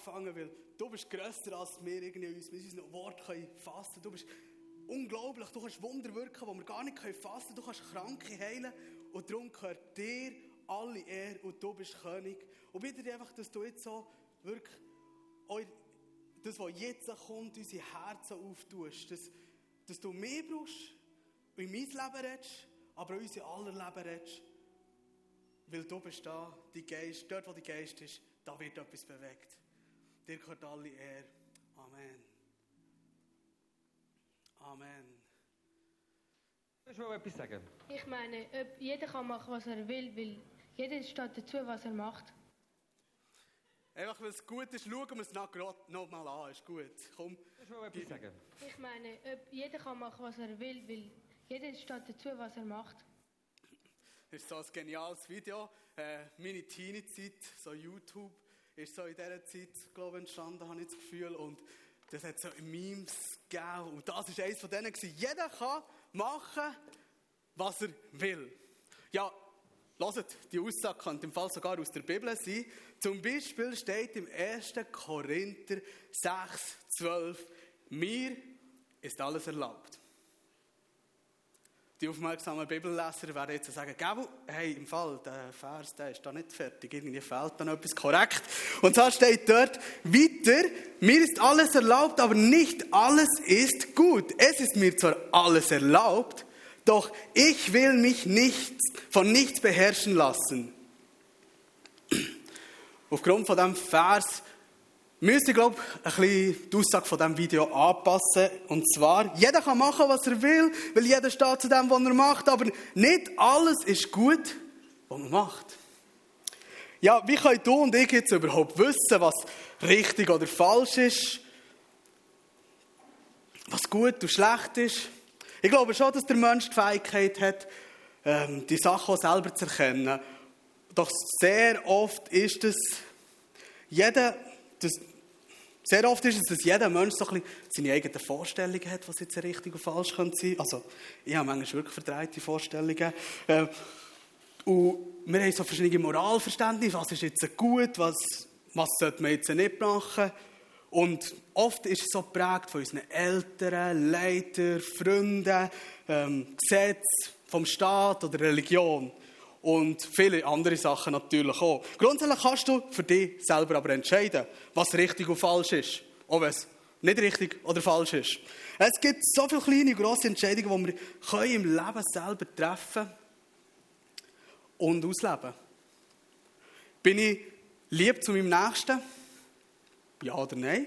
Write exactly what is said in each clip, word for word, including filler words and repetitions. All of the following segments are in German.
angefangen, weil du bist grösser als wir irgendwie uns mit unseren Worten fassen können. Du bist unglaublich, du kannst Wunder wirken, die wir gar nicht fassen können. Du kannst Kranke heilen und darum gehört dir alle Ehre und du bist König. Und bitte dich einfach, dass du jetzt so wirklich das, was jetzt kommt, unsere Herzen auftust. Dass, dass du mehr brauchst, in mein Leben redest, aber in unser aller Leben redest. Weil du bist da, die Geist, dort wo die Geist ist, da wird etwas bewegt. Dir gehört alle Ehre. Amen. Amen. Willst du mal etwas sagen? Ich meine, jeder kann machen, was er will, weil jeder steht dazu, was er macht. Einfach, weil es gut ist, schauen wir es noch mal an. Ist gut. Komm. Willst du mal etwas sagen? Ich meine, jeder kann machen, was er will, weil jeder steht dazu, was er macht. Das ist so ein geniales Video. Äh, meine Teenie-Zeit, so YouTube, ist so in dieser Zeit, glaube ich, entstanden, habe ich das Gefühl. Und das hat so Memes gegeben. Und das war eines von denen gewesen. Jeder kann machen, was er will. Ja, hört, die Aussage könnte im Fall sogar aus der Bibel sein. Zum Beispiel steht im ersten Korinther sechs, zwölf, mir ist alles erlaubt. Die aufmerksamen Bibelleser werden jetzt sagen, Gabu, hey, im Fall, der Vers, der ist da nicht fertig, irgendwie fehlt da noch etwas korrekt. Und zwar steht dort weiter, mir ist alles erlaubt, aber nicht alles ist gut. Es ist mir zwar alles erlaubt, doch ich will mich nicht, von nichts beherrschen lassen. Aufgrund von diesem Vers müsste ich, glaube ich, ein bisschen die Aussage von diesem Video anpassen. Und zwar, jeder kann machen, was er will, weil jeder steht zu dem, was er macht, aber nicht alles ist gut, was man macht. Ja, wie können du und ich jetzt überhaupt wissen, was richtig oder falsch ist? Was gut und schlecht ist? Ich glaube schon, dass der Mensch die Fähigkeit hat, die Sachen auch selber zu erkennen. Doch sehr oft ist es, jeder, das, sehr oft ist es, dass jeder Mensch so ein bisschen seine eigenen Vorstellungen hat, was jetzt richtig und falsch sein könnte. Also, ich habe manchmal wirklich verdrehte Vorstellungen. Äh, und wir haben so verschiedene Moralverständnisse, was ist jetzt gut, was, was sollte man jetzt nicht machen. Und oft ist es so geprägt von unseren Eltern, Leitern, Freunden, ähm, Gesetzen vom Staat oder Religion. Und viele andere Sachen natürlich auch. Grundsätzlich kannst du für dich selber aber entscheiden, was richtig und falsch ist. Auch wenn es nicht richtig oder falsch ist. Es gibt so viele kleine und grosse Entscheidungen, die wir im Leben selber treffen und ausleben. Bin ich lieb zu meinem Nächsten? Ja oder nein?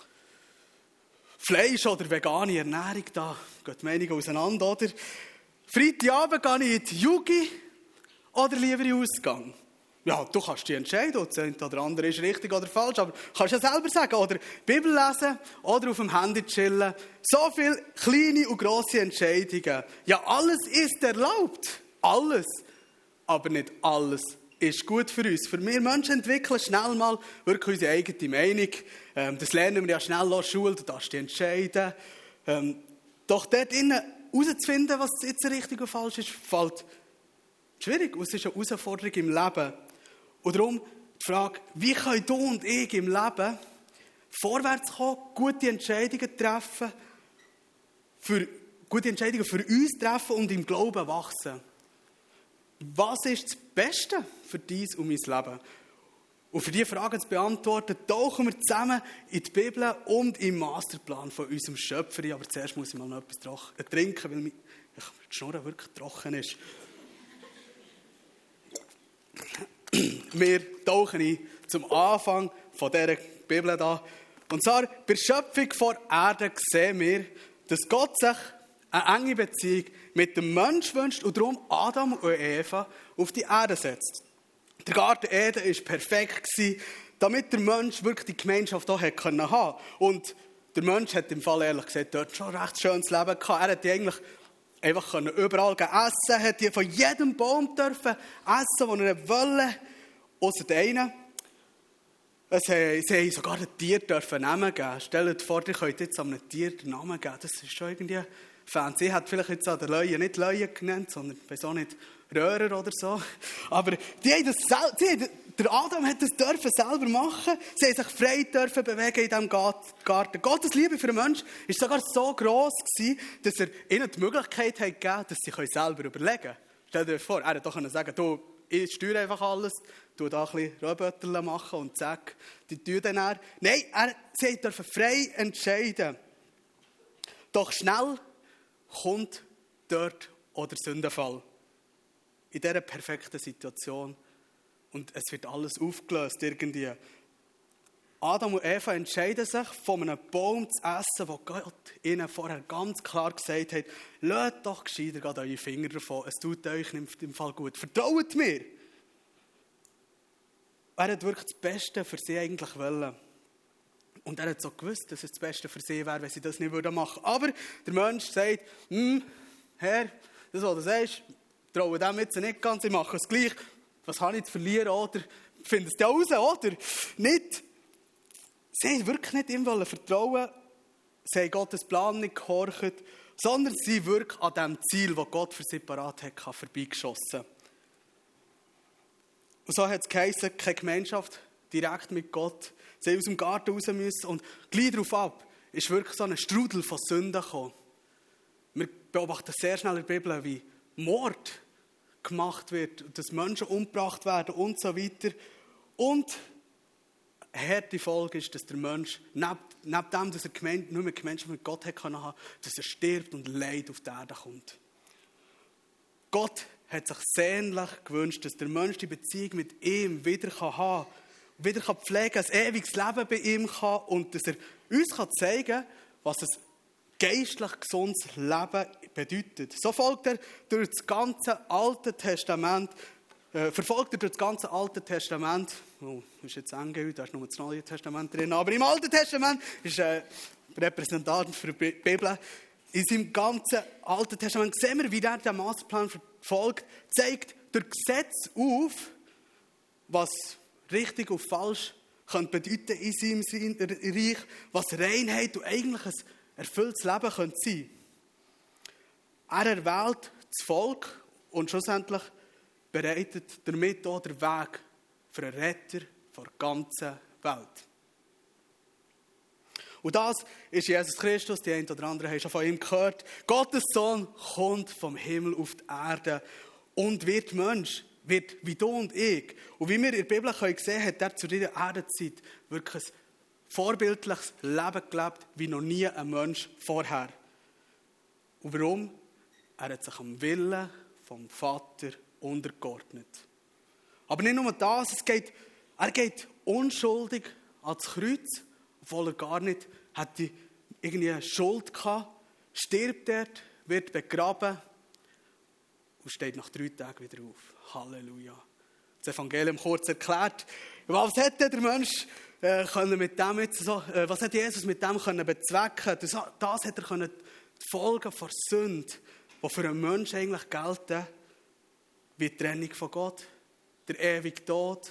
Fleisch oder vegane Ernährung, da gehen die Meinungen auseinander, oder? Freitagabend gehe ich in die Yugi oder lieber in den Ausgang? Ja, du kannst dich entscheiden, ob das eine oder andere ist richtig oder falsch, aber du kannst ja selber sagen, oder Bibel lesen oder auf dem Handy chillen. So viele kleine und grosse Entscheidungen. Ja, alles ist erlaubt. Alles. Aber nicht alles ist gut für uns. Für wir Menschen entwickeln schnell mal wirklich unsere eigene Meinung. Ähm, das lernen wir ja schnell in der Schule, du darfst dich entscheiden. Ähm, doch dort innen herauszufinden, was jetzt richtig und falsch ist, fällt schwierig. Und es ist eine Herausforderung im Leben. Und darum die Frage, wie können du und ich im Leben vorwärts kommen, gute Entscheidungen treffen, für, gute Entscheidungen für uns treffen und im Glauben wachsen. Was ist das Beste für dein und mein Leben? Und für diese Fragen zu beantworten, tauchen wir zusammen in die Bibel und im Masterplan von unserem Schöpfer. Aber zuerst muss ich mal noch etwas trinken, weil die Schnurre wirklich trocken ist. Wir tauchen ein zum Anfang von dieser Bibel da. Und zwar bei der Schöpfung der Erde sehen wir, dass Gott sich eine enge Beziehung mit dem Menschen wünscht und darum Adam und Eva auf die Erde setzt. Der Garten Eden war perfekt, damit der Mensch wirklich die Gemeinschaft auch haben konnte. Und der Mensch hat im Fall ehrlich gesagt dort schon ein recht schönes Leben gehabt. Er hat eigentlich einfach überall essen, hat von jedem Baum dürfen essen, den er wollte, ausser einen. Sie haben sogar ein Tier dürfen Namen geben. Stellt vor, ihr könnt jetzt einem Tier den Namen geben. Das ist schon irgendwie fancy. Sie hat vielleicht jetzt an der Löwe nicht Löwe genannt, sondern wieso nicht Röhrer oder so. Aber die haben das, die, der Adam hat das dürfen selber machen. Sie haben sich frei dürfen bewegen in diesem Garten. Gottes Liebe für den Menschen war sogar so gross gewesen, dass er ihnen die Möglichkeit hat gegeben, dass sie selber überlegen können. Stell dir vor, er hätte doch sagen, du, ich steuere einfach alles, tu da ein bisschen Röhrbötterchen machen und zack, die tun dann er. Nein, er, sie dürfen frei entscheiden. Doch schnell kommt dort auch der Sündenfall. In dieser perfekten Situation. Und es wird alles aufgelöst irgendwie. Adam und Eva entscheiden sich, von einem Baum zu essen, wo Gott ihnen vorher ganz klar gesagt hat, lasst doch gescheiter gerade eure Finger davon, es tut euch im Fall gut. Vertraut mir! Er hat wirklich das Beste für sie eigentlich wollen. Und er hat so gewusst, dass es das Beste für sie wäre, wenn sie das nicht machen würden. Aber der Mensch sagt, hm, Herr, das, was du sagst, traue dem jetzt nicht ganz, ich mache es gleich. Was habe ich zu verlieren, oder? Findet es ja raus, oder? Nicht. Sie haben wirklich nicht ihm vertrauen, sie haben Gottes Plan nicht gehorcht, sondern sie sind wirklich an dem Ziel, das Gott für sie parat hat, vorbeigeschossen. Und so hat es geheißen, keine Gemeinschaft direkt mit Gott. Sie haben aus dem Garten raus müssen und gleich darauf ab ist wirklich so ein Strudel von Sünden gekommen. Wir beobachten sehr schnell in der Bibel, wie Mord gemacht wird, dass Menschen umgebracht werden und so weiter. Und eine harte Folge ist, dass der Mensch, neben, neben dem, dass er gemeint, nur mit Gemeinschaft mit Gott hat haben, dass er stirbt und Leid auf die Erde kommt. Gott hat sich sehnlich gewünscht, dass der Mensch die Beziehung mit ihm wieder haben kann, wieder pflegen kann, ein ewiges Leben bei ihm kann und dass er uns zeigen kann, was ein geistlich gesundes Leben bedeutet. So folgt er durch das ganze Alte Testament, äh, verfolgt er durch das ganze Alte Testament. Oh, das ist jetzt eng, da ist nur das Neue Testament drin. Aber im Alten Testament ist ein äh, Repräsentant für die Bibel. In seinem ganzen Alten Testament sehen wir, wie er den Masterplan verfolgt, zeigt durch Gesetz auf, was richtig und falsch könnte bedeuten in seinem Reich, was Reinheit und eigentlich ein erfülltes Leben könnte sein. Er erwählt das Volk und schlussendlich bereitet damit auch den Weg für einen Retter der ganzen Welt. Und das ist Jesus Christus, die einen oder anderen haben schon von ihm gehört. Gottes Sohn kommt vom Himmel auf die Erde und wird Mensch, wird wie du und ich. Und wie wir in der Bibel sehen können, hat er zu dieser Erdenzeit wirklich ein vorbildliches Leben gelebt, wie noch nie ein Mensch vorher. Und warum? Er hat sich am Willen vom Vater untergeordnet. Aber nicht nur das, es geht, er geht unschuldig ans Kreuz, obwohl er gar nicht hatte irgendwie eine Schuld gehabt, stirbt dort, wird begraben und steht nach drei Tagen wieder auf. Halleluja. Das Evangelium kurz erklärt. Was hat der Mensch äh, können mit dem jetzt so, äh, was hat Jesus mit dem können bezwecken? Das, das hat er können die Folgen von Sünde, die für einen Menschen eigentlich gelten, wie die Trennung von Gott, der ewige Tod,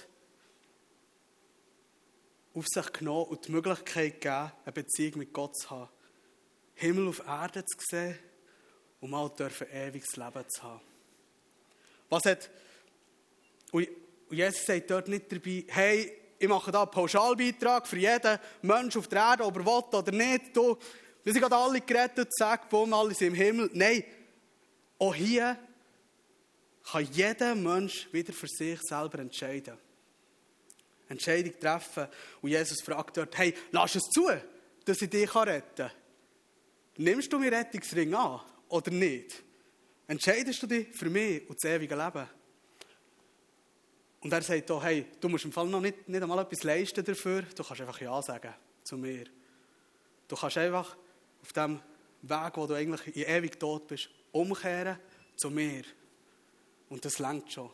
auf sich genommen und die Möglichkeit gegeben, eine Beziehung mit Gott zu haben. Himmel auf Erde zu sehen und mal dürfen ewiges Leben zu haben. Was hat, und Jesus sagt dort nicht dabei, hey, ich mache da einen Pauschalbeitrag für jeden Menschen auf der Erde, ob er will oder nicht. Du, wir sind gerade alle gerettet, zack, bumm, alle sind im Himmel. Nein, auch hier kann jeder Mensch wieder für sich selber entscheiden. Entscheidung treffen. Und Jesus fragt dort, hey, lass es zu, dass ich dich retten kann. Nimmst du meinen Rettungsring an oder nicht? Entscheidest du dich für mich und das ewige Leben? Und er sagt auch, hey, du musst im Fall noch nicht, nicht einmal etwas leisten dafür, du kannst einfach Ja sagen zu mir. Du kannst einfach auf dem Weg, wo du eigentlich in ewig tot bist, umkehren zu mir. Und das reicht schon.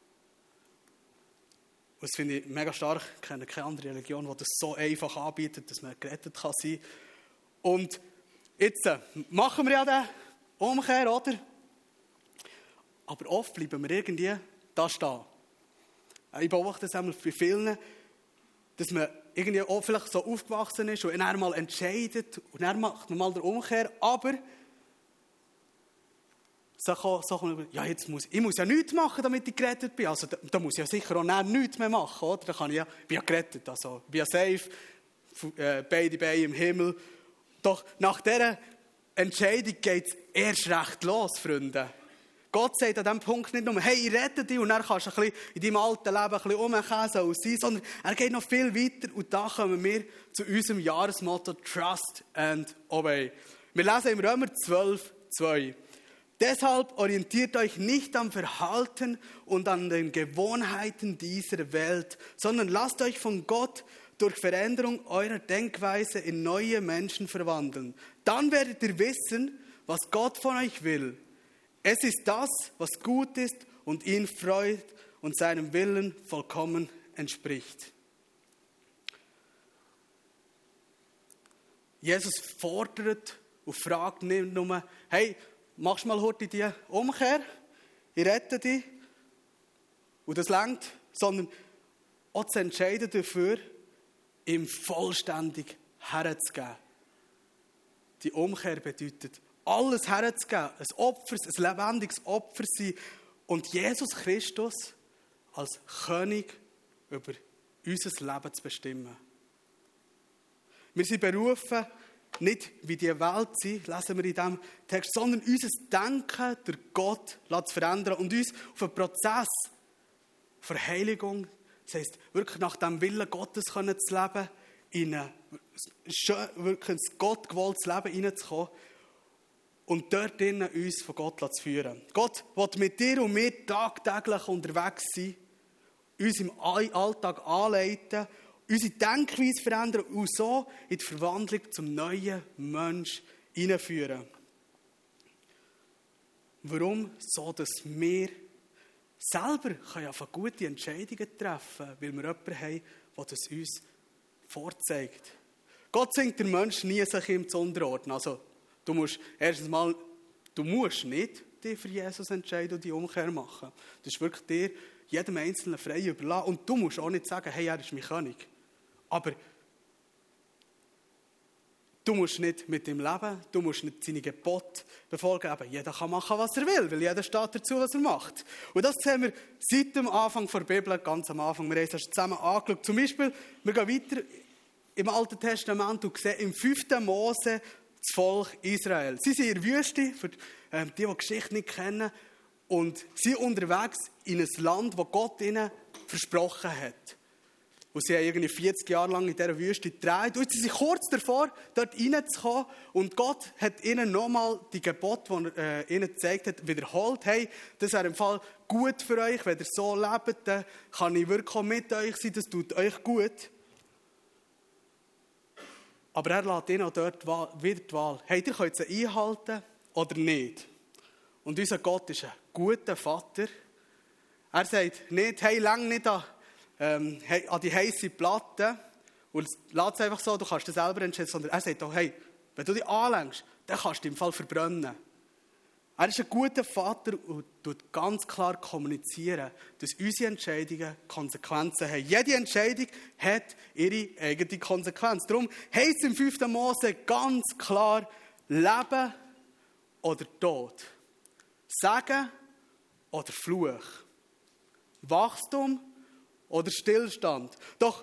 Und das finde ich mega stark. Ich kenne keine andere Religion, die das so einfach anbietet, dass man gerettet kann sein. Und jetzt äh, machen wir ja den Umkehr, oder? Aber oft bleiben wir irgendwie da stehen. Ich beobachte das einmal bei vielen, dass man irgendwie auch vielleicht so aufgewachsen ist und dann mal entscheidet und dann macht man mal den Umkehr, aber so, so, ja, jetzt muss, ich muss ja nichts machen, damit ich gerettet bin. Also da, da muss ich ja sicher auch nicht nichts mehr machen, oder? Da kann ich ja, bin ja gerettet, also bin ja safe, äh, beide Beine im Himmel. Doch nach dieser Entscheidung geht es erst recht los, Freunde. Gott sagt an diesem Punkt nicht nur, hey, ich rette dich und dann kannst du ein bisschen in deinem alten Leben ein bisschen rumkäsen und sein, sondern er geht noch viel weiter und da kommen wir zu unserem Jahresmotto Trust and Obey. Wir lesen im Römer zwölf, zwei. Deshalb orientiert euch nicht am Verhalten und an den Gewohnheiten dieser Welt, sondern lasst euch von Gott durch Veränderung eurer Denkweise in neue Menschen verwandeln. Dann werdet ihr wissen, was Gott von euch will. Es ist das, was gut ist und ihn freut und seinem Willen vollkommen entspricht. Jesus fordert und fragt nicht nur, hey, machst du mal heute die Umkehr, ich rette dich und das reicht, sondern auch zu entscheiden dafür, ihm vollständig herzugeben. Die Umkehr bedeutet, alles herzugeben, ein Opfer, ein lebendiges Opfer sein und Jesus Christus als König über unser Leben zu bestimmen. Wir sind berufen, nicht wie die Welt zu sein, lesen wir in diesem Text, sondern unser Denken durch Gott zu verändern und uns auf einen Prozess der Heiligung, das heisst, wirklich nach dem Willen Gottes zu leben, in ein wirklich Gott gewolltes Leben hineinzukommen und dort drinnen uns von Gott zu führen. Gott will mit dir und mir tagtäglich unterwegs sein, uns im Alltag anleiten, unsere Denkweise verändern und so in die Verwandlung zum neuen Mensch hineinführen. Warum? So, dass wir selber können ja gute Entscheidungen treffen, weil wir jemanden haben, der das uns vorzeigt. Gott zwingt den Menschen nie, sich ihm zu unterordnen. Also, du musst erstens mal, du musst nicht dich für Jesus entscheiden und die Umkehr machen. Das ist wirklich dir, jedem Einzelnen frei überlassen. Und du musst auch nicht sagen, hey, er ist mein König. Aber du musst nicht mit ihm leben, du musst nicht seine Gebote befolgen. Aber jeder kann machen, was er will, weil jeder steht dazu, was er macht. Und das sehen wir seit dem Anfang der Bibel, ganz am Anfang. Wir haben es zusammen angeschaut. Zum Beispiel, wir gehen weiter im Alten Testament und sehen im fünften Mose das Volk Israel. Sie sind in der Wüste, für die, die die Geschichte nicht kennen, und sind unterwegs in ein Land, das Gott ihnen versprochen hat. Und sie haben irgendwie vierzig Jahre lang in dieser Wüste gedreht. Und sie sind kurz davor, dort reinzukommen. Und Gott hat ihnen nochmal die Gebote, die er äh, ihnen gezeigt hat, wiederholt. Hey, das wäre im Fall gut für euch. Wenn ihr so lebt, dann kann ich wirklich mit euch sein. Das tut euch gut. Aber er lässt ihnen auch dort wieder die Wahl. Hey, ihr könnt sie einhalten oder nicht. Und unser Gott ist ein guter Vater. Er sagt nicht, hey, lang nicht an, ähm, an die heisse Platte und lass es einfach so, du kannst das selber entscheiden, sondern er sagt auch, hey, wenn du dich anlenkst, dann kannst du im Fall verbrennen. Er ist ein guter Vater und tut ganz klar kommunizieren, dass unsere Entscheidungen Konsequenzen haben. Jede Entscheidung hat ihre eigene Konsequenz. Darum heisst es im fünften Mose ganz klar, Leben oder Tod. Segen oder Fluch. Wachstum oder Stillstand. Doch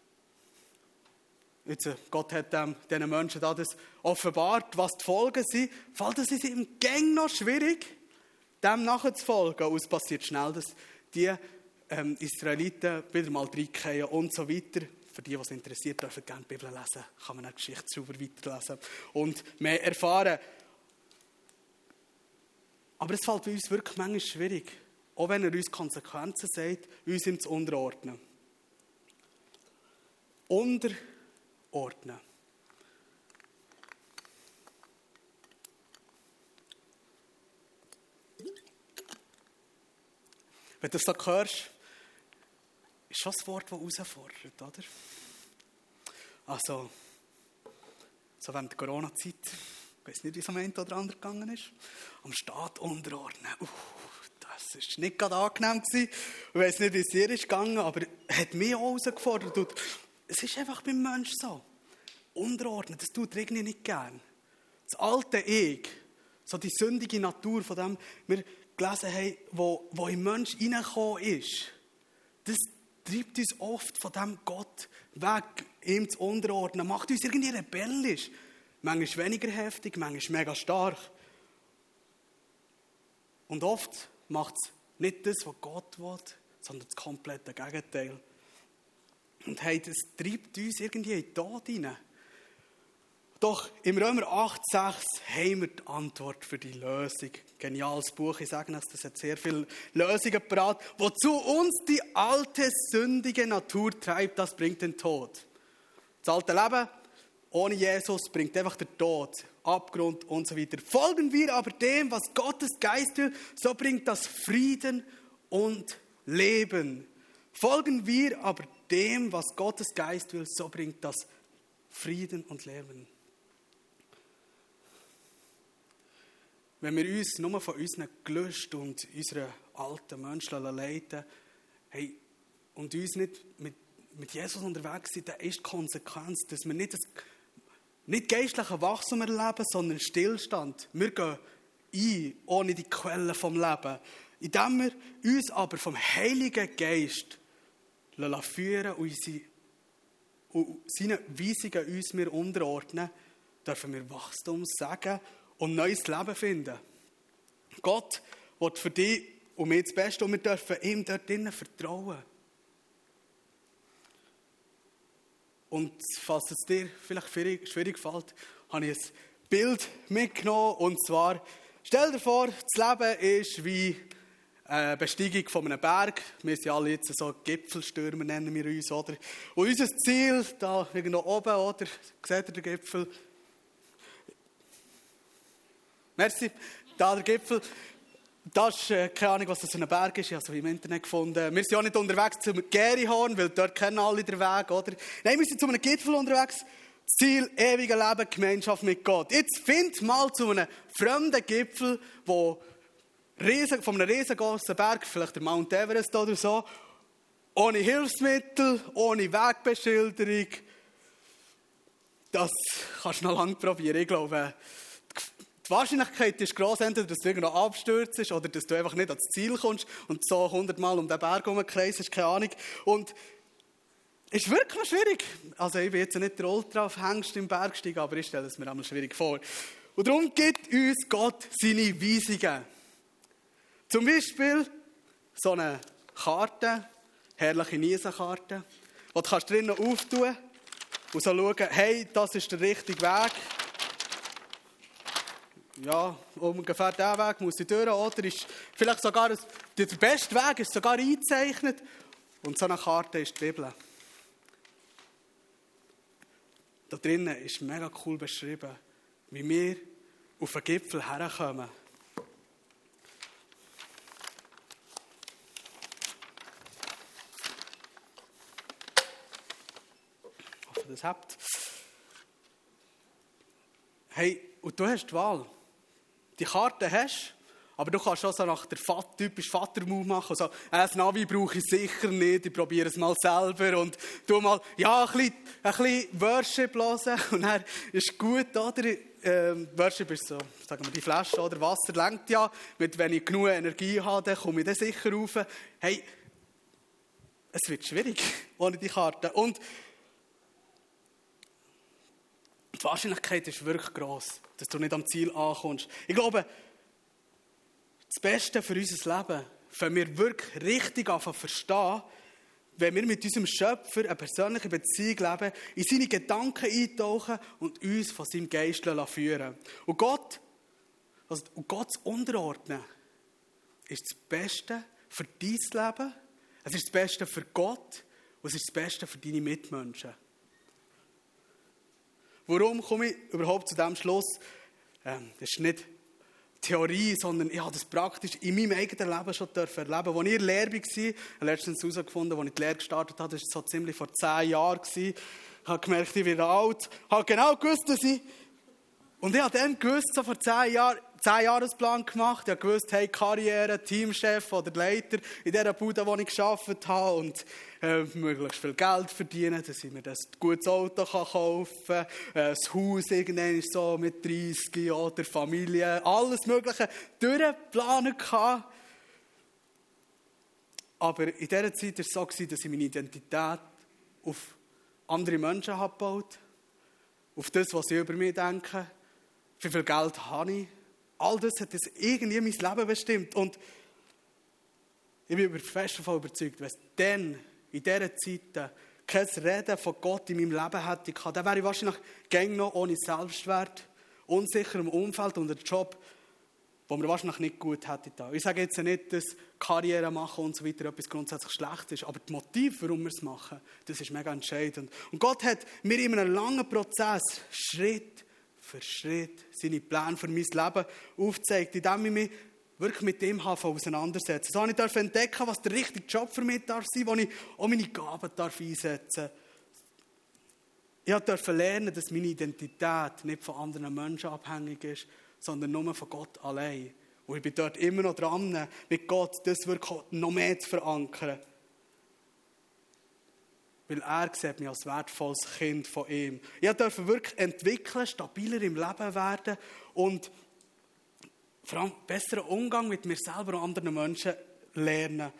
jetzt, Gott hat ähm, diesen Menschen da das offenbart, was die Folgen sind. Fällt es ihm gäng noch schwierig, dem nachzufolgen. Und es passiert schnell, dass die ähm, Israeliten wieder mal reingehen und so weiter. Für die, die es interessiert, dürfen gerne die Bibel lesen. Kann man auch die Geschichte sauber weiterlesen und mehr erfahren. Aber es fällt bei uns wirklich manchmal schwierig, auch wenn er uns Konsequenzen sagt, uns ihm zu unterordnen. Unterordnen. Wenn du das so hörst, ist schon das Wort, das herausfordert, oder? Also, so während der Corona-Zeit, ich weiß nicht, wie es am einen oder anderen gegangen ist, am Staat unterordnen. Uh, das war nicht gerade angenehm gewesen. Ich weiß nicht, wie es dir ist gegangen, aber es hat mich auch herausgefordert. Und es ist einfach beim Menschen so. Unterordnen, das tut er irgendwie nicht gern. Das alte Ich so die sündige Natur, von dem wir gelesen haben, wo, wo im Mensch hineingekommen ist, das treibt uns oft von dem Gott weg, ihm zu unterordnen, macht uns irgendwie rebellisch. Manchmal weniger heftig, manchmal mega stark. Und oft macht es nicht das, was Gott will, sondern das komplette Gegenteil. Und hey, das treibt uns irgendwie in den Tod hinein. Doch im Römer acht sechs haben wir die Antwort für die Lösung. Geniales Buch, ich sage euch, das hat sehr viele Lösungen parat. Wozu uns die alte, sündige Natur treibt, das bringt den Tod. Das alte Leben ohne Jesus bringt einfach den Tod, Abgrund und so weiter. Folgen wir aber dem, was Gottes Geist will, so bringt das Frieden und Leben. Folgen wir aber dem, was Gottes Geist will, so bringt das Frieden und Leben. Wenn wir uns nur von unseren Gelüsten und unseren alten Menschen leiten, hey, und uns nicht mit, mit Jesus unterwegs sind, dann ist die Konsequenz, dass wir nicht, das, nicht geistlichen Wachstum erleben, sondern Stillstand. Wir gehen ein, ohne die Quelle vom Leben. Indem wir uns aber vom Heiligen Geist führen und, unsere, und seine Weisungen uns wir unterordnen, dürfen wir Wachstum sagen und neues Leben finden. Gott will für dich und mir das Beste und wir dürfen ihm dort drinnen vertrauen. Und falls es dir vielleicht schwierig fällt, habe ich ein Bild mitgenommen. Und zwar, stell dir vor, das Leben ist wie eine Besteigung von einem Berg. Wir sind alle jetzt so Gipfelstürmer, nennen wir uns, oder? Und unser Ziel, da irgendwo oben, oder? Seht ihr den Gipfel? Merci, da der Gipfel. Das ist äh, keine Ahnung, was das für ein Berg ist. Ich habe es im Internet gefunden. Wir sind auch nicht unterwegs zum Gerihorn, weil dort kennen alle den Weg, oder? Nein, wir sind zu einem Gipfel unterwegs. Ziel, ewige Leben, Gemeinschaft mit Gott. Jetzt find mal zu einem fremden Gipfel, wo riesen, von einem riesengroßen Berg, vielleicht der Mount Everest oder so, ohne Hilfsmittel, ohne Wegbeschilderung. Das kannst du noch lange probieren. Ich glaube, die Wahrscheinlichkeit ist gross, entweder dass du irgendwo abstürzt oder dass du einfach nicht ans Ziel kommst und so hundertmal um den Berg herumkreist, keine Ahnung. Und es ist wirklich schwierig. Also ich bin jetzt nicht der Ultra-Hengst im Bergsteigen, aber ich stelle es mir einmal schwierig vor. Und darum gibt uns Gott seine Weisungen. Zum Beispiel so eine Karte, herrliche Niesenkarte, die du drinnen auftun und so schauen, hey, das ist der richtige Weg. Ja, ungefähr der Weg muss ich durch, oder? Ist vielleicht sogar, der beste Weg ist sogar eingezeichnet. Und so eine Karte ist die Bibel. Da drinnen ist mega cool beschrieben, wie wir auf den Gipfel herkommen. Ich hoffe, das habt. Hey, und du hast die Wahl. Die Karte hast, aber du kannst auch so nach der Vater, typisch Vater-Move machen. So, äh, das Navi brauche ich sicher nicht, ich probiere es mal selber. Und du mal, ja, ein bisschen, ein bisschen Worship hören. Und dann ist gut, oder? Ähm, Worship ist so, sagen wir, die Flasche oder Wasser lenkt ja. Mit, wenn ich genug Energie habe, dann komme ich dann sicher rauf. Hey, es wird schwierig ohne die Karte. Und die Wahrscheinlichkeit ist wirklich gross, dass du nicht am Ziel ankommst. Ich glaube, das Beste für unser Leben, wenn wir wirklich richtig anfangen zu verstehen, wenn wir mit unserem Schöpfer eine persönliche Beziehung leben, in seine Gedanken eintauchen und uns von seinem Geist führen. Und Gott, also, und Gott zu unterordnen, ist das Beste für dein Leben, es ist das Beste für Gott und es ist das Beste für deine Mitmenschen. Warum komme ich überhaupt zu diesem Schluss? Ähm, das ist nicht Theorie, sondern ich habe das praktisch in meinem eigenen Leben schon erleben. Als ich in der Lehre war, habe ich letztens herausgefunden, als ich die Lehre gestartet habe, das war so ziemlich vor zehn Jahren. Ich habe gemerkt, ich werde alt. Ich habe genau gewusst, dass ich... Und ich habe dann gewusst, so vor zehn Jahren, Zehn-Jahresplan gemacht. Ich wusste, hey, Karriere, Teamchef oder Leiter in dieser Bude, wo ich gearbeitet habe und äh, möglichst viel Geld verdienen, dass ich mir das gutes Auto kann kaufen kann, äh, das Haus irgendwann so mit dreißig oder Familie, alles Mögliche durchplanen kann. Aber in dieser Zeit war es so, dass ich meine Identität auf andere Menschen habe gebaut, auf das, was sie über mich denken, wie viel Geld habe ich. All das hat das irgendwie mein Leben bestimmt. Und ich bin fest davon überzeugt, wenn es dann, in dieser Zeit, kein Reden von Gott in meinem Leben hätte gehabt, dann wäre ich wahrscheinlich gängig noch ohne Selbstwert, unsicher im Umfeld und einen Job, wo mir wahrscheinlich nicht gut hätte da. Ich sage jetzt nicht, dass Karriere machen und so weiter etwas grundsätzlich schlecht ist, aber das Motiv, warum wir es machen, das ist mega entscheidend. Und Gott hat mir in einem langen Prozess Schritt für Schritt seine Pläne für mein Leben aufgezeigt, indem ich mich wirklich mit dem auseinandersetze. So habe ich entdecken, was der richtige Job für mich darf sein, wo ich auch meine Gaben darf einsetzen darf. Ich durfte lernen, dass meine Identität nicht von anderen Menschen abhängig ist, sondern nur von Gott allein. Und ich bin dort immer noch dran, mit Gott das wirklich noch mehr zu verankern. Weil er sieht mich als wertvolles Kind von ihm. Ich durfte wirklich entwickeln, stabiler im Leben werden und vor allem besseren Umgang mit mir selber und anderen Menschen lernen.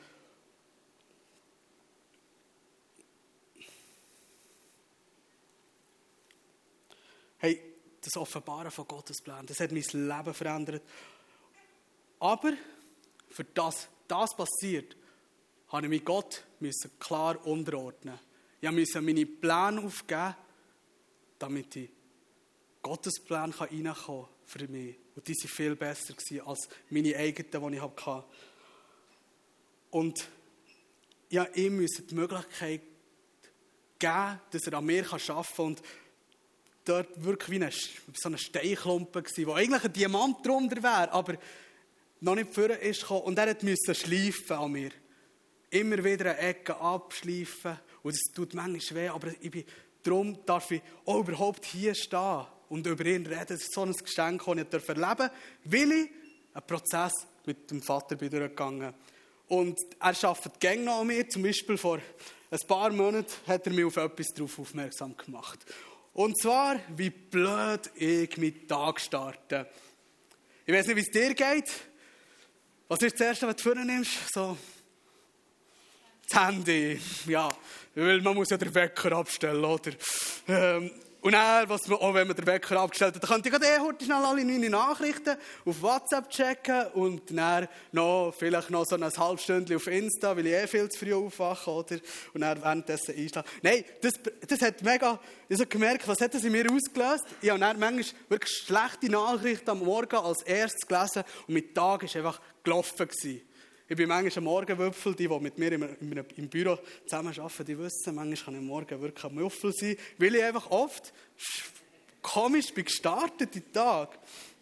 Hey, das Offenbaren von Gottes Plan, das hat mein Leben verändert. Aber für das das passiert, habe ich mich Gott müssen klar unterordnen. Ich musste meine Pläne aufgeben, damit ich Gottes Plan reinkommen kann für mich. Und die waren viel besser als meine eigenen, die ich hatte. Und ja, ihm musste die Möglichkeit geben, dass er an mir arbeiten kann. Und dort wirklich wie eine, so ein Steinklumpen war, wo eigentlich ein Diamant drunter wäre, aber noch nicht vorne ist gekommen. Und er musste schleifen an mir. Immer wieder eine Ecke abschleifen. Und es tut manchmal weh, aber ich bin, darum darf ich auch überhaupt hier stehen und über ihn reden. Das ist so ein Geschenk, das ich erleben durfte, weil ich einen Prozess mit dem Vater bin durchgegangen. Und er arbeitet gerne noch an mir. Zum Beispiel vor ein paar Monaten hat er mich auf etwas darauf aufmerksam gemacht. Und zwar, wie blöd ich meinen Tag starte. Ich weiß nicht, wie es dir geht. Was ist das Erste, was du vorne nimmst? So, das Handy. Ja, weil man muss ja den Wecker abstellen, oder? Ähm, und dann, was man, auch wenn man den Wecker abgestellt hat, dann könnte ich gerade eh heute schnell alle meine Nachrichten auf WhatsApp checken und dann noch, vielleicht noch so ein halbes Stündchen auf Insta, weil ich eh viel zu früh aufwache, oder? Und dann währenddessen einschlafen. Nein, das, das hat mega, ich habe gemerkt, was hat das in mir ausgelöst? Ich habe dann manchmal wirklich schlechte Nachrichten am Morgen als erstes gelesen und mein Tag war einfach gelaufen gewesen. Ich bin manchmal am Morgenwürfel, die, die mit mir im, im, im Büro zusammen arbeiten, die wissen, manchmal kann ich am Morgen wirklich am Würfel sein, weil ich einfach oft komisch bin gestartet in den Tag.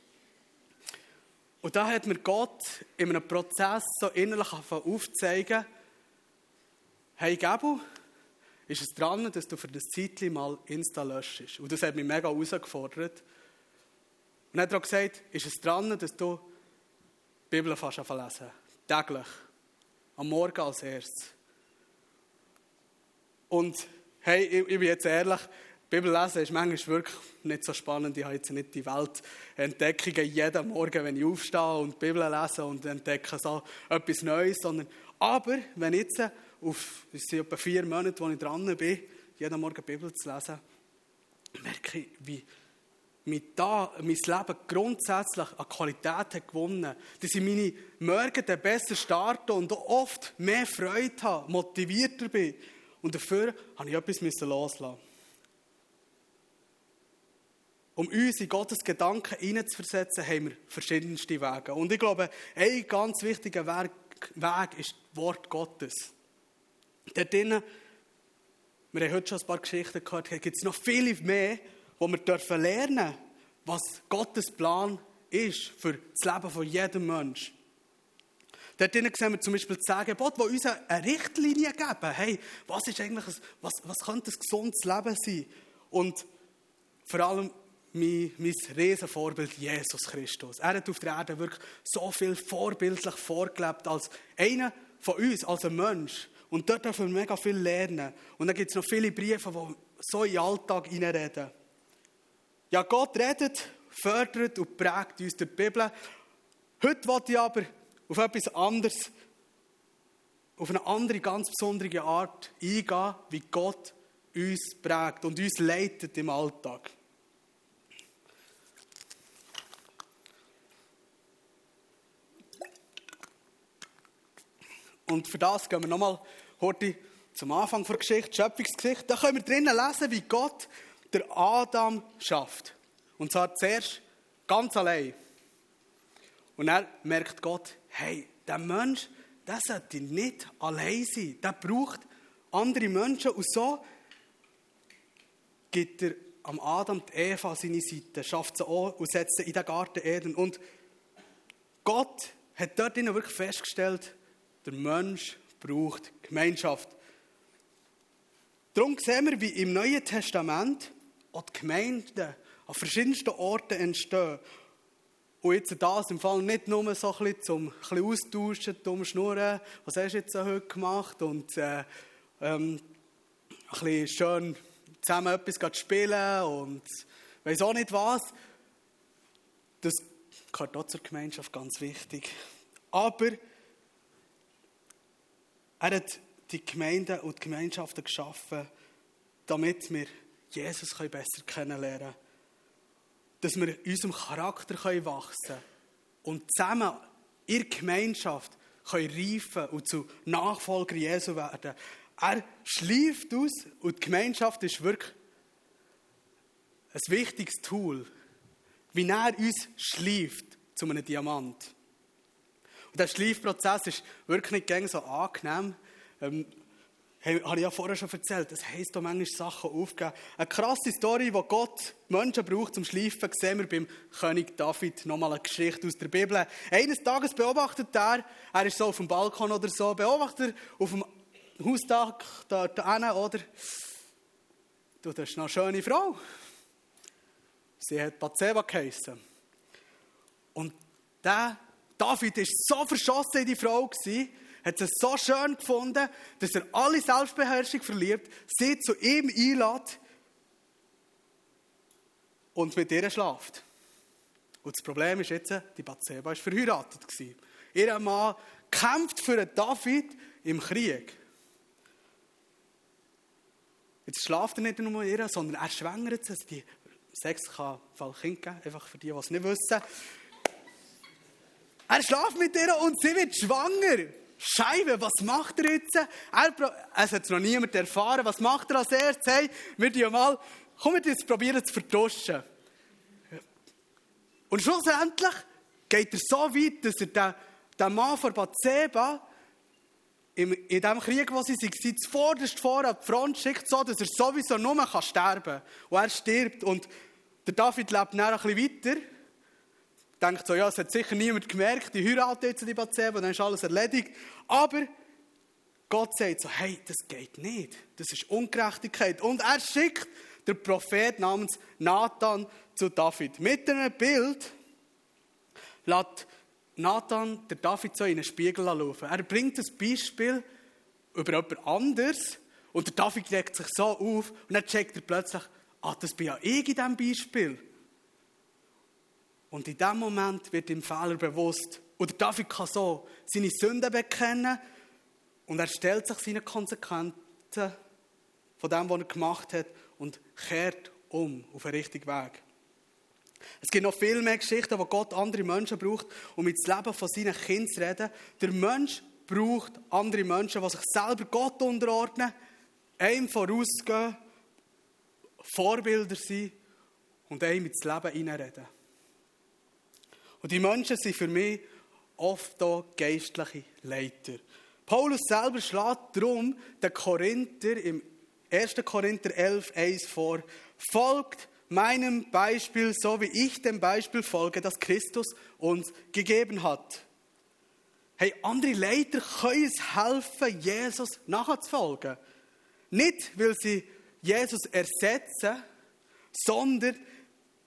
Und da hat mir Gott in einem Prozess so innerlich aufzeigen, hey Gabu, ist es dran, dass du für das Zeitchen mal Insta löschst. Und das hat mich mega herausgefordert. Und dann hat er auch gesagt, ist es dran, dass du die Bibel fast lesen. Täglich. Am Morgen als erstes. Und hey, ich, ich bin jetzt ehrlich, Bibel lesen ist manchmal wirklich nicht so spannend. Ich habe jetzt nicht die Weltentdeckungen jeden Morgen, wenn ich aufstehe und die Bibel lese und entdecke so etwas Neues. Sondern, aber wenn ich jetzt auf es sind etwa vier Monate, wo ich dran bin, jeden Morgen die Bibel zu lesen, merke ich, wie mit da, mein Leben grundsätzlich an Qualität hat gewonnen, dass ich meine Morgen besser starte und auch oft mehr Freude habe, motivierter bin. Und dafür musste ich etwas loslassen. Um uns in Gottes Gedanken hineinzuversetzen, haben wir verschiedenste Wege. Und ich glaube, ein ganz wichtiger Weg, Weg ist das Wort Gottes. Dort drinnen, wir haben heute schon ein paar Geschichten gehört, gibt es noch viele mehr, wo wir dürfen lernen, was Gottes Plan ist für das Leben von jedem Menschen. Dort sehen wir zum Beispiel das Angebot, das uns eine Richtlinie geben. Hey, was ist eigentlich, ein, was, was könnte ein gesundes Leben sein? Und vor allem, mein, mein Riesenvorbild Jesus Christus. Er hat auf der Erde wirklich so viel vorbildlich vorgelebt als einer von uns, als ein Mensch. Und dort dürfen wir mega viel lernen. Und dann gibt es noch viele Briefe, die so in den Alltag hineinreden. Ja, Gott redet, fördert und prägt uns durch die Bibel. Heute wollte ich aber auf etwas anderes, auf eine andere, ganz besondere Art eingehen, wie Gott uns prägt und uns leitet im Alltag. Und für das gehen wir nochmal heute zum Anfang der Geschichte, Schöpfungsgeschichte. Da können wir drinnen lesen, wie Gott der Adam schafft. Und zwar zuerst ganz allein. Und dann merkt Gott, hey, der Mensch, der sollte nicht allein sein. Der braucht andere Menschen. Und so gibt er am Adam die Eva an seine Seite, schafft sie auch und setzt sie in den Garten Eden. Und Gott hat dort wirklich festgestellt, der Mensch braucht Gemeinschaft. Darum sehen wir, wie im Neuen Testament auch die Gemeinden an verschiedensten Orten entstehen. Und jetzt das im Fall nicht nur so ein bisschen zum ein bisschen austauschen, dumm schnurren, was hast du jetzt heute gemacht und äh, ähm, ein bisschen schön zusammen etwas spielen und weiss auch nicht was. Das gehört auch zur Gemeinschaft, ganz wichtig. Aber er hat die Gemeinden und die Gemeinschaften geschaffen, damit wir Jesus besser kennenlernen können. Dass wir in unserem Charakter wachsen können und zusammen in der Gemeinschaft können reifen und zu Nachfolger Jesu werden. Er schleift aus und die Gemeinschaft ist wirklich ein wichtiges Tool, wie er uns schleift zu einem Diamant. Und der Schleifprozess ist wirklich nicht gängig so angenehm. Ähm, habe ich ja vorher schon erzählt, das heisst auch manchmal Sachen aufgeben. Eine krasse Story, die Gott Menschen braucht zum Schleifen, sehen wir beim König David. Nochmal eine Geschichte aus der Bibel. Eines Tages beobachtet er, er ist so auf dem Balkon oder so, beobachtet er auf dem Hausdach dort hinten, oder? Du, das ist noch eine schöne Frau. Sie hat Bathseba geheissen. Und der David war so verschossen in die Frau, hat es so schön gefunden, dass er alle Selbstbeherrschung verliert, sie zu ihm einlädt und mit ihr schlaft. Und das Problem ist jetzt, die Bathseba war verheiratet. Ihr Mann kämpft für David im Krieg. Jetzt schlaft er nicht nur mit ihr, sondern er schwängert sie. Die Sex kann Fall Kind geben, einfach für die, die es nicht wissen. Er schläft mit ihr und sie wird schwanger. Scheibe, was macht er jetzt? Er, es hat noch niemand erfahren. Was macht er als erstes? Hey, wir probieren mal, komm, wir jetzt probieren zu vertuschen. Und schlussendlich geht er so weit, dass er den, den Mann von Bathseba in, in dem Krieg, wo sie waren, zuvorderst vor an die Front schickt, so dass er sowieso nur kann sterben kann. Und er stirbt. Und der David lebt dann ein bisschen weiter. Denkt so, ja, es hat sicher niemand gemerkt, die heiratet jetzt die Bathseba, dann ist alles erledigt. Aber Gott sagt so, hey, das geht nicht. Das ist Ungerechtigkeit. Und er schickt den Prophet namens Nathan zu David. Mit einem Bild lässt Nathan der David so in einen Spiegel laufen. Er bringt das Beispiel über jemand anderes und der David regt sich so auf und dann checkt er plötzlich, ah, das bin ja ich in diesem Beispiel. Und in diesem Moment wird ihm Fehler bewusst. Und der David kann so seine Sünden bekennen und er stellt sich seine Konsequenzen von dem, was er gemacht hat und kehrt um auf den richtigen Weg. Es gibt noch viel mehr Geschichten, wo Gott andere Menschen braucht, um ins Leben von seinen Kindern zu reden. Der Mensch braucht andere Menschen, die sich selber Gott unterordnen, einem vorausgehen, Vorbilder sein und einem ins Leben hineinreden. Und die Menschen sind für mich oft auch geistliche Leiter. Paulus selber schlägt darum den Korinther im ersten Korinther elf eins vor. Folgt meinem Beispiel, so wie ich dem Beispiel folge, das Christus uns gegeben hat. Hey, andere Leiter können uns helfen, Jesus nachzufolgen. Nicht, weil sie Jesus ersetzen, sondern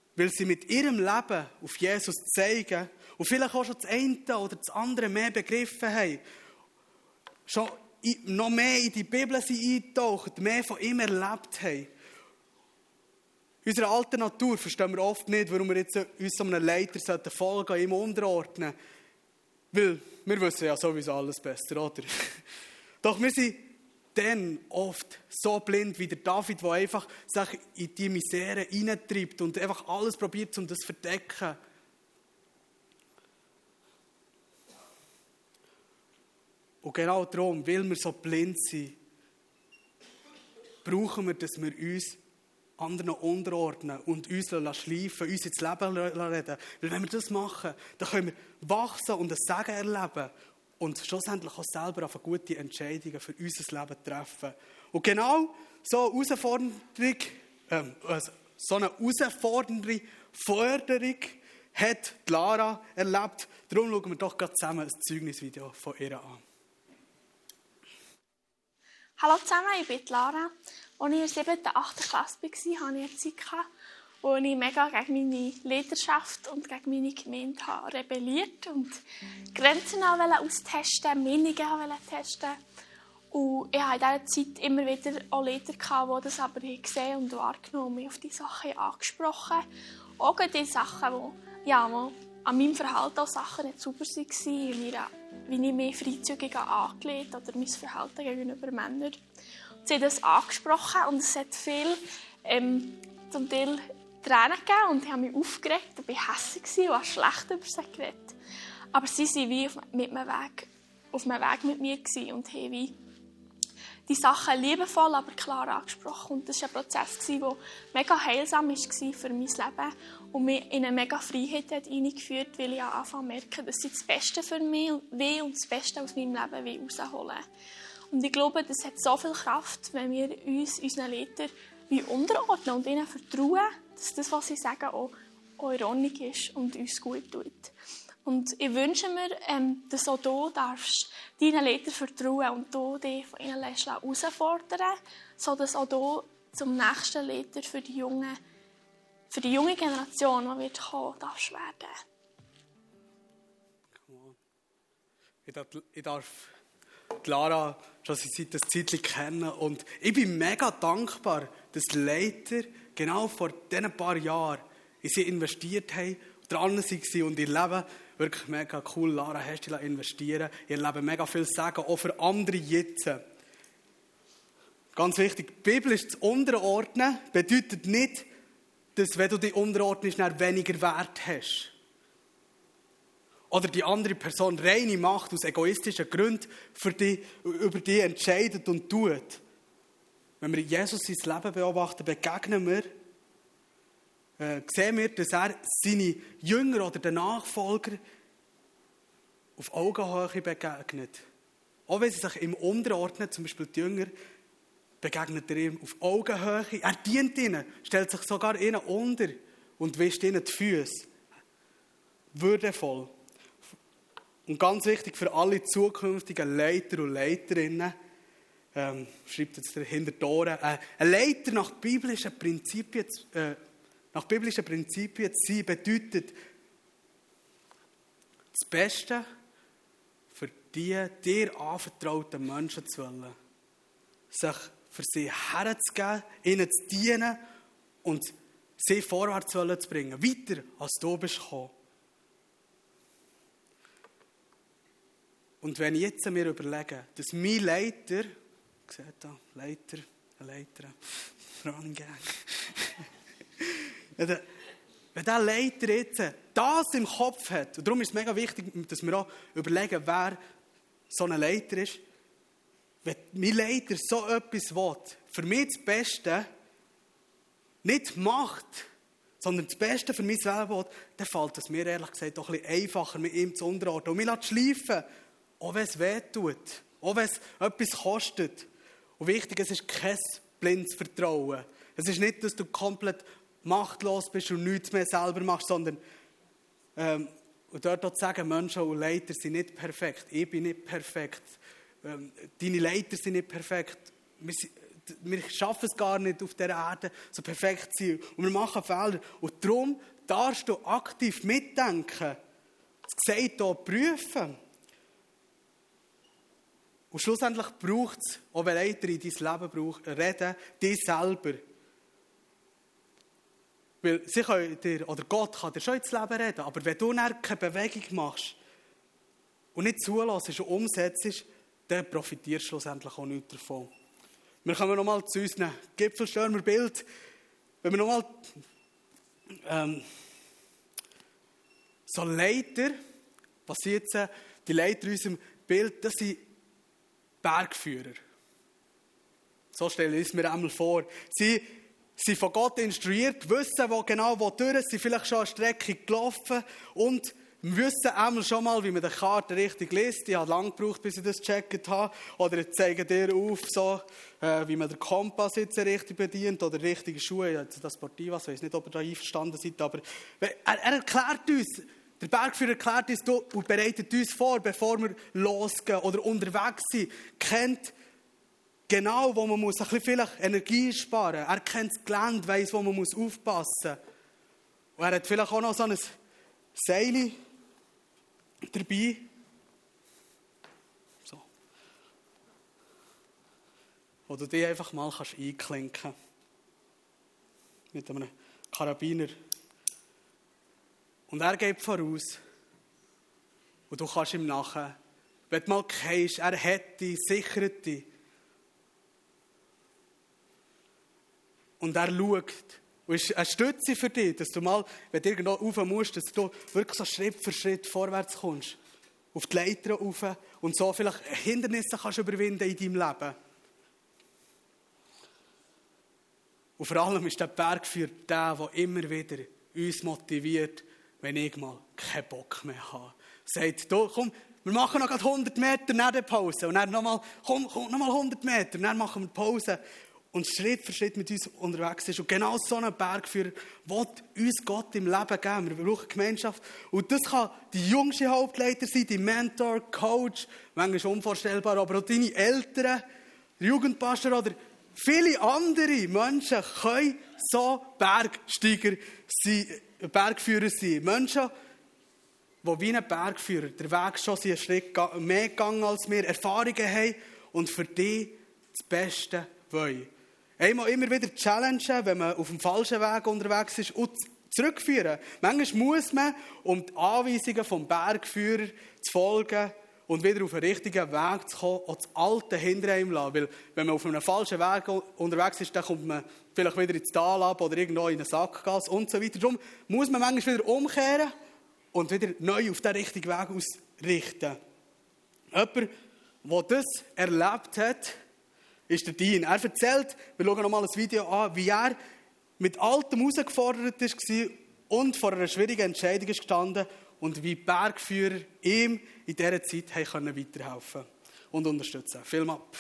weil sie mit ihrem Leben auf Jesus zeigen und vielleicht auch schon das eine oder das andere mehr begriffen haben, schon noch mehr in die Bibel sind eingetaucht, mehr von ihm erlebt haben. In unserer alten Natur verstehen wir oft nicht, warum wir jetzt uns so einem Leiter folgen sollten, ihm unterordnen. Weil wir wissen ja sowieso alles besser, oder? Doch wir sind dann oft so blind wie der David, der einfach sich in die Misere hineintreibt und einfach alles probiert, um das zu verdecken. Und genau darum, weil wir so blind sind, brauchen wir, dass wir uns anderen unterordnen und uns schleifen, uns ins Leben reden. Weil wenn wir das machen, dann können wir wachsen und ein Segen erleben und schlussendlich auch selber auf gute Entscheidungen für unser Leben treffen. Und genau so eine Herausforderung, ähm, also so eine herausfordernde Förderung hat Lara erlebt. Darum schauen wir doch gerade zusammen ein Zeugnisvideo von ihr an. Hallo zusammen, ich bin Lara. Als ich in der siebten, achten Klasse war, hatte ich eine Zeit, wo ich mega gegen meine Leiterschaft und gegen meine Gemeinde rebelliert und Grenzen austesten, Meinungen testen. Und ich hatte in dieser Zeit immer wieder auch Leiter, die das aber gesehen und wahrgenommen und mich auf diese Sachen angesprochen haben. Auch die Sachen, die, ja, die an meinem Verhalten auch Sachen nicht sauber waren, wie ich mich freizügig angelegt oder mein Verhalten gegenüber Männern. Und sie haben das angesprochen und es hat viel ähm, zum Teil Tränen gegeben und ich habe mich aufgeregt und war hässlich und habe schlecht über sie geredet. Aber sie waren wie auf, mit einem Weg, auf einem Weg mit mir und haben wie die Sachen liebevoll, aber klar angesprochen. Und das war ein Prozess, der mega heilsam war für mein Leben und mich in eine mega Freiheit hat eingeführt, weil ich anfangen zu merken, dass sie das Beste für mich will und das Beste aus meinem Leben herausholen will. Und ich glaube, das hat so viel Kraft, wenn wir uns unseren Leitern unterordnen und ihnen vertrauen, dass das, was sie sagen, auch, auch in Ordnung ist und uns gut tut. Und ich wünsche mir, ähm, dass auch du darfst deinen Leitern vertrauen und du dich von ihnen herausfordern, sodass auch du zum nächsten Leiter für die junge, für die junge Generation, die wird kommen, darfst werden. Ich darf, ich darf Lara schon seit einer Zeit kennen und ich bin mega dankbar, dass die Leiter genau vor diesen paar Jahren in sie investiert haben, dran waren und ihr Leben wirklich mega cool. Lara, hast du investieren. Ihr Leben mega viel sagen, auch für andere jetzt. Ganz wichtig, biblisch zu unterordnen bedeutet nicht, dass wenn du dich unterordnest, dann weniger Wert hast. Oder die andere Person reine Macht aus egoistischen Gründen für dich, über dich entscheidet und tut. Wenn wir Jesus sein Leben beobachten, begegnen wir, äh, sehen wir, dass er seine Jünger oder den Nachfolger auf Augenhöhe begegnet. Auch wenn sie sich ihm unterordnen, zum Beispiel die Jünger, begegnet er ihm auf Augenhöhe. Er dient ihnen, stellt sich sogar ihnen unter und wischt ihnen die Füße. Würdevoll. Und ganz wichtig für alle zukünftigen Leiter und Leiterinnen, ähm, schreibt jetzt hinter die Ohren, äh, ein Leiter nach biblischen Prinzipien, äh, nach biblischen Prinzipien zu sein, bedeutet das Beste für die dir anvertrauten Menschen zu wollen. Sich für sie herzugeben, ihnen zu dienen und sie vorwärts zu bringen. Weiter, als du bist gekommen. Und wenn ich jetzt mir überlege, dass mein Leiter, seht da, Leiter, ein Leiter, Running Gang, wenn der, wenn der Leiter jetzt das im Kopf hat, und darum ist es mega wichtig, dass wir auch überlegen, wer so ein Leiter ist, wenn mein Leiter so etwas will, für mich das Beste nicht macht, sondern das Beste für mein Leben will, dann fällt es mir ehrlich gesagt doch ein bisschen einfacher, mit ihm zu unterordnen und mich zu schleifen. Auch wenn es weh tut, auch wenn es etwas kostet. Und wichtig, es ist kein blindes Vertrauen. Es ist nicht, dass du komplett machtlos bist und nichts mehr selber machst, sondern ähm, und dort auch zu sagen, Menschen und Leiter sind nicht perfekt. Ich bin nicht perfekt. Ähm, deine Leiter sind nicht perfekt. wir schaffen es gar nicht, auf dieser Erde so perfekt zu sein. Und wir machen Fehler. Und darum darfst du aktiv mitdenken. Das gesagt hier prüfen. Und schlussendlich braucht es, auch wenn Leiter in dein Leben braucht, reden, dich selber. Weil sie können dir, oder Gott kann dir schon ins Leben reden, aber wenn du dann keine Bewegung machst und nicht zulässt und umsetzt, dann profitierst du schlussendlich auch nichts davon. Wir kommen nochmal zu unserem Gipfelstürmerbild. Wenn wir nochmal ähm, so Leiter, was sind jetzt die Leiter in unserem Bild, das sind Bergführer. So stelle ich es mir einmal vor. Sie sind von Gott instruiert, wissen wo genau wo durch, sind vielleicht schon eine Strecke gelaufen und wissen einmal schon mal, wie man die Karte richtig liest. Ich habe lange gebraucht, bis ich das gecheckt habe. Oder zeigen dir auf, so, äh, wie man den Kompass jetzt richtig bedient oder richtige Schuhe. Ja, das Sportivas, ich weiß nicht, ob ihr da einverstanden seid, aber er, er erklärt uns, der Bergführer erklärt uns und bereitet uns vor, bevor wir losgehen oder unterwegs sind, kennt genau, wo man muss ein bisschen vielleicht Energie sparen muss. Er kennt das Gelände, weiss, wo man muss aufpassen muss. Und er hat vielleicht auch noch so ein Seil dabei. So. Wo du dich einfach mal kannst einklinken kannst. Mit einem Karabiner. Und er geht voraus. Und du kannst ihm nachher, wenn du mal gehst, er hat dich, sichert dich. Und er schaut. Und ist eine Stütze für dich, dass du mal, wenn du irgendwo rauf musst, dass du wirklich so Schritt für Schritt vorwärts kommst. Auf die Leiter rauf und so vielleicht Hindernisse kannst überwinden in deinem Leben. Und vor allem ist der Bergführer der, der immer wieder uns motiviert, wenn ich mal keinen Bock mehr habe. Sagt, du, komm, wir machen noch gerade hundert Meter nach der Pause. Und dann nochmal, komm, komm, nochmal hundert Meter. Und dann machen wir Pause. Und Schritt für Schritt mit uns unterwegs ist. Und genau so ein Bergführer will uns Gott im Leben geben. Wir brauchen Gemeinschaft. Und das kann die jüngste Hauptleiter sein, die Mentor, Coach, manchmal unvorstellbar, aber auch deine Eltern, der Jugendpastor oder viele andere Menschen können so Bergsteiger sein, Bergführer sein. Menschen, die wie ein Bergführer den Weg schon einen Schritt mehr gegangen als wir, Erfahrungen haben und für dich das Beste wollen. Einmal immer wieder challengen, wenn man auf dem falschen Weg unterwegs ist und zurückführen. Manchmal muss man, um die Anweisungen vom Bergführer zu folgen und wieder auf den richtigen Weg zu kommen, auch das Alte hinter einem lassen. Weil wenn man auf einem falschen Weg unterwegs ist, dann kommt man vielleicht wieder ins Tal ab oder irgendwo in eine Sackgasse und so weiter. Darum muss man manchmal wieder umkehren und wieder neu auf den richtigen Weg ausrichten. Jemand, der das erlebt hat, ist der Dean. Er erzählt, wir schauen noch mal ein Video an, wie er mit Altem herausgefordert war und vor einer schwierigen Entscheidung ist gestanden und wie Bergführer ihm in dieser Zeit haben weiterhelfen und unterstützen. Film ab.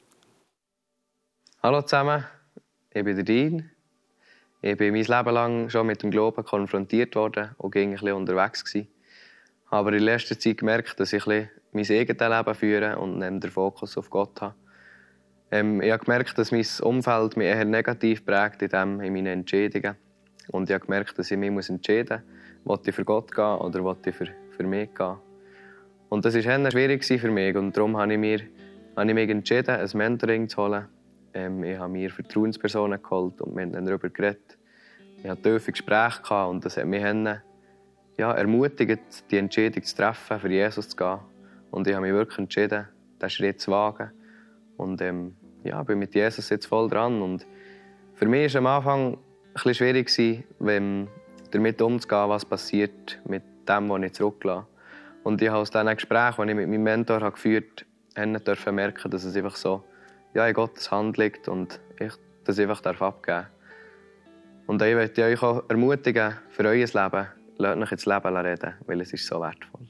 Hallo zusammen, ich bin der Dean. Ich bin mein Leben lang schon mit dem Glauben konfrontiert worden und ging ein bisschen unterwegs gewesen. Aber in letzter Zeit gemerkt, dass ich ein bisschen mein eigenes Leben führe und neben den Fokus auf Gott habe. Ähm, ich habe gemerkt, dass mein Umfeld mich eher negativ prägt in, dem, in meinen Entscheidungen. Und ich habe gemerkt, dass ich mich entscheiden muss, will ich für Gott gehen oder will ich für, für mich gehen. Und das war eher schwierig für mich. Und darum habe ich, mir, habe ich mich entschieden, ein Mentoring zu holen. Ähm, ich habe mir Vertrauenspersonen geholt und wir haben darüber geredet. Ich hatte tiefe Gespräche gehabt und das hat mich eher, ja, ermutigt, die Entscheidung zu treffen, für Jesus zu gehen. Und ich habe mich wirklich entschieden, diesen Schritt zu wagen. Und ähm, ja, bin mit Jesus jetzt voll dran. Und für mich war es am Anfang ein bisschen schwierig, wenn, damit umzugehen, was passiert mit dem, was ich zurücklasse. Und ich habe aus diesen Gesprächen, die ich mit meinem Mentor habe geführt habe, durfte merken, dass es einfach so ja, in Gottes Hand liegt und ich das einfach abgeben darf. Und ich möchte euch auch ermutigen, für euer Leben, lasst euch ins Leben reden, weil es ist so wertvoll.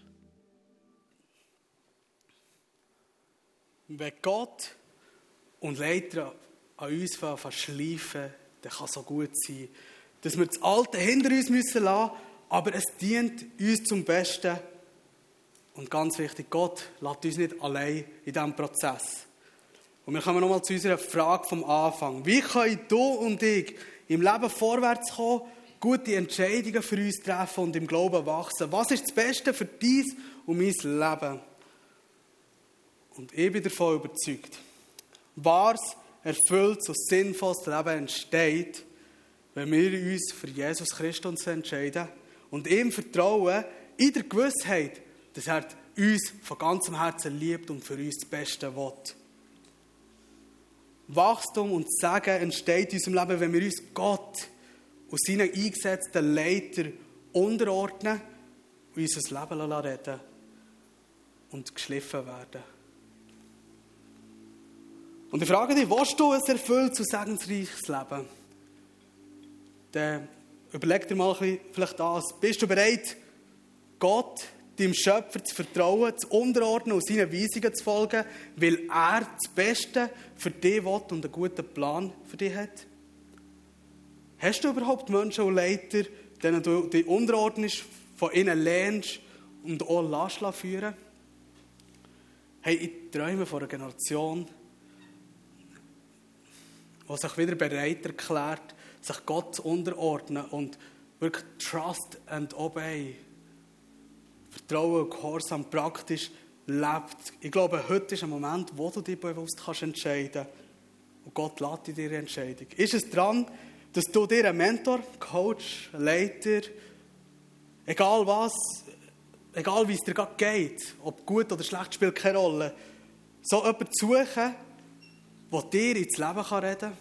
Wenn Gott und Leiter an uns schleifen, dann kann es so gut sein, dass wir das Alte hinter uns müssen lassen, aber es dient uns zum Besten. Und ganz wichtig, Gott lässt uns nicht allein in diesem Prozess. Und wir kommen nochmal zu unserer Frage vom Anfang. Wie können du und ich im Leben vorwärts kommen, gute Entscheidungen für uns treffen und im Glauben wachsen? Was ist das Beste für dein und mein Leben? Und ich bin davon überzeugt, wahres, erfülltes und sinnvolles Leben entsteht, wenn wir uns für Jesus Christus entscheiden und ihm vertrauen, in der Gewissheit, dass er uns von ganzem Herzen liebt und für uns das Beste will. Wachstum und Segen entsteht in unserem Leben, wenn wir uns Gott und seinen eingesetzten Leiter unterordnen und unser Leben reden und geschliffen werden. Und ich frage dich, willst du ein erfülltes und segensreiches Leben? Dann überleg dir mal ein bisschen vielleicht das. Bist du bereit, Gott, deinem Schöpfer, zu vertrauen, zu unterordnen und seinen Weisungen zu folgen, weil er das Beste für dich will und einen guten Plan für dich hat? Hast du überhaupt Menschen und Leiter, denen du dich unterordnest, von ihnen lernst und auch lässt führen? Hey, ich träume von einer Generation, die sich wieder bereit erklärt, sich Gott zu unterordnen und wirklich Trust and Obey, Vertrauen und Gehorsam praktisch lebt. Ich glaube, heute ist ein Moment, wo du dich bewusst kannst entscheiden kannst. Und Gott lässt dir diese Entscheidung. Ist es dran, dass du dir einen Mentor, Coach, Leiter, egal was, egal wie es dir gerade geht, ob gut oder schlecht, spielt keine Rolle, so jemanden suchen, der dir ins Leben reden kann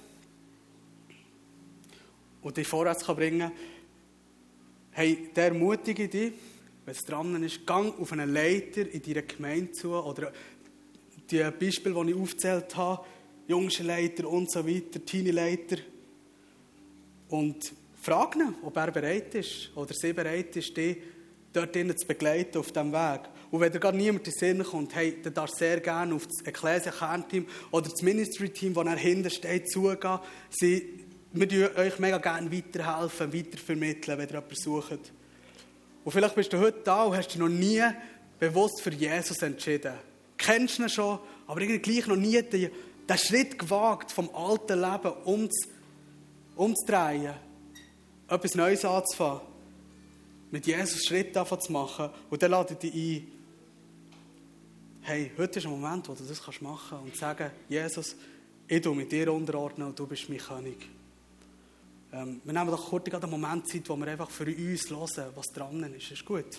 und dich vorwärts bringen kann. Hey, der ermutige dich, wenn es dran ist, gang auf einen Leiter in deiner Gemeinde zu oder die Beispiele, die ich aufgezählt habe, Jungsleiter und so weiter, Teenie-Leiter, und frag ihn, ob er bereit ist oder sie bereit ist, dich dort zu begleiten auf diesem Weg. Und wenn dir gar niemand in den Sinn kommt, hey, dann darfst du sehr gerne auf das Ecclesia-Kernteam oder das Ministry-Team, das dahinter steht, zugehen. Sie, wir würden euch mega gerne weiterhelfen, weitervermitteln, wenn ihr jemanden sucht. Und vielleicht bist du heute da und hast dich noch nie bewusst für Jesus entschieden. Kennst ihn schon, aber irgendwie gleich noch nie den, den Schritt gewagt, vom alten Leben umz, umzudrehen, etwas Neues anzufangen, mit Jesus Schritte zu machen. Und dann lade ich dich ein, hey, heute ist ein Moment, wo du das machen kannst und sagen, Jesus, ich tue mit dir unterordnen und du bist mein König. Ähm, wir nehmen doch kurz einen Moment Zeit, wo wir einfach für uns hören, was dran ist. Ist gut?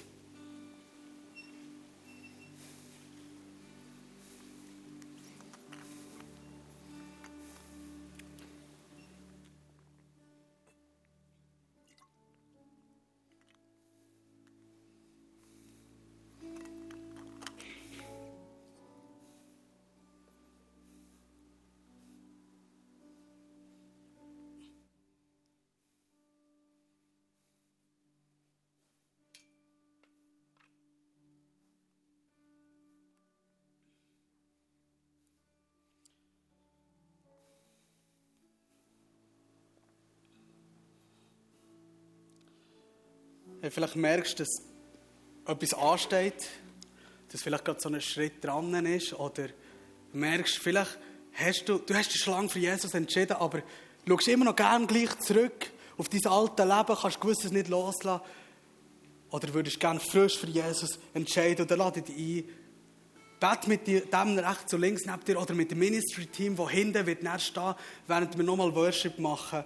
Hey, vielleicht merkst du, dass etwas ansteht, dass vielleicht gerade so ein Schritt dran ist, oder merkst, vielleicht hast du, du hast dich schon lange für Jesus entschieden, aber schaust immer noch gerne gleich zurück auf dein altes Leben, kannst gewisses nicht loslassen, oder würdest gerne frisch für Jesus entscheiden, und dann lade dich ein, bete mit dem rechts und links neben dir oder mit dem Ministry-Team, das hinten wird stehen, während wir nochmal Worship machen.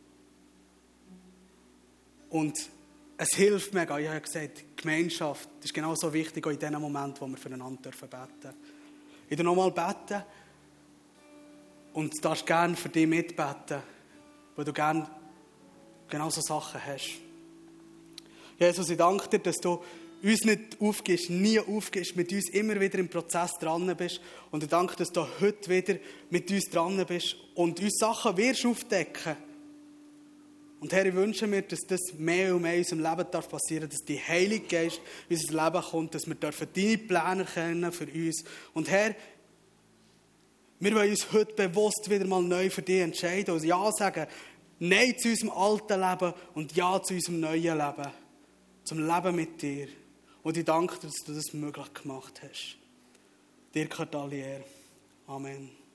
Und es hilft mega. Ich habe gesagt, Gemeinschaft ist genauso wichtig, auch in dem Moment, wo wir füreinander beten dürfen. Ich darf nochmal beten und du darfst gerne für dich mitbeten, weil du gerne genau so Sachen hast. Jesus, ich danke dir, dass du uns nicht aufgibst, nie aufgibst, mit uns immer wieder im Prozess dran bist. Und ich danke, dass du heute wieder mit uns dran bist und uns Sachen wirst aufdecken. Und Herr, ich wünsche mir, dass das mehr und mehr in unserem Leben darf passieren darf, dass die Heilige Geist in unser Leben kommt, dass wir dürfen deine Pläne erkennen für uns. Und Herr, wir wollen uns heute bewusst wieder mal neu für dich entscheiden und Ja sagen, Nein zu unserem alten Leben und Ja zu unserem neuen Leben. Zum Leben mit dir. Und ich danke dir, dass du das möglich gemacht hast. Dir gehört alle Ehre. Amen.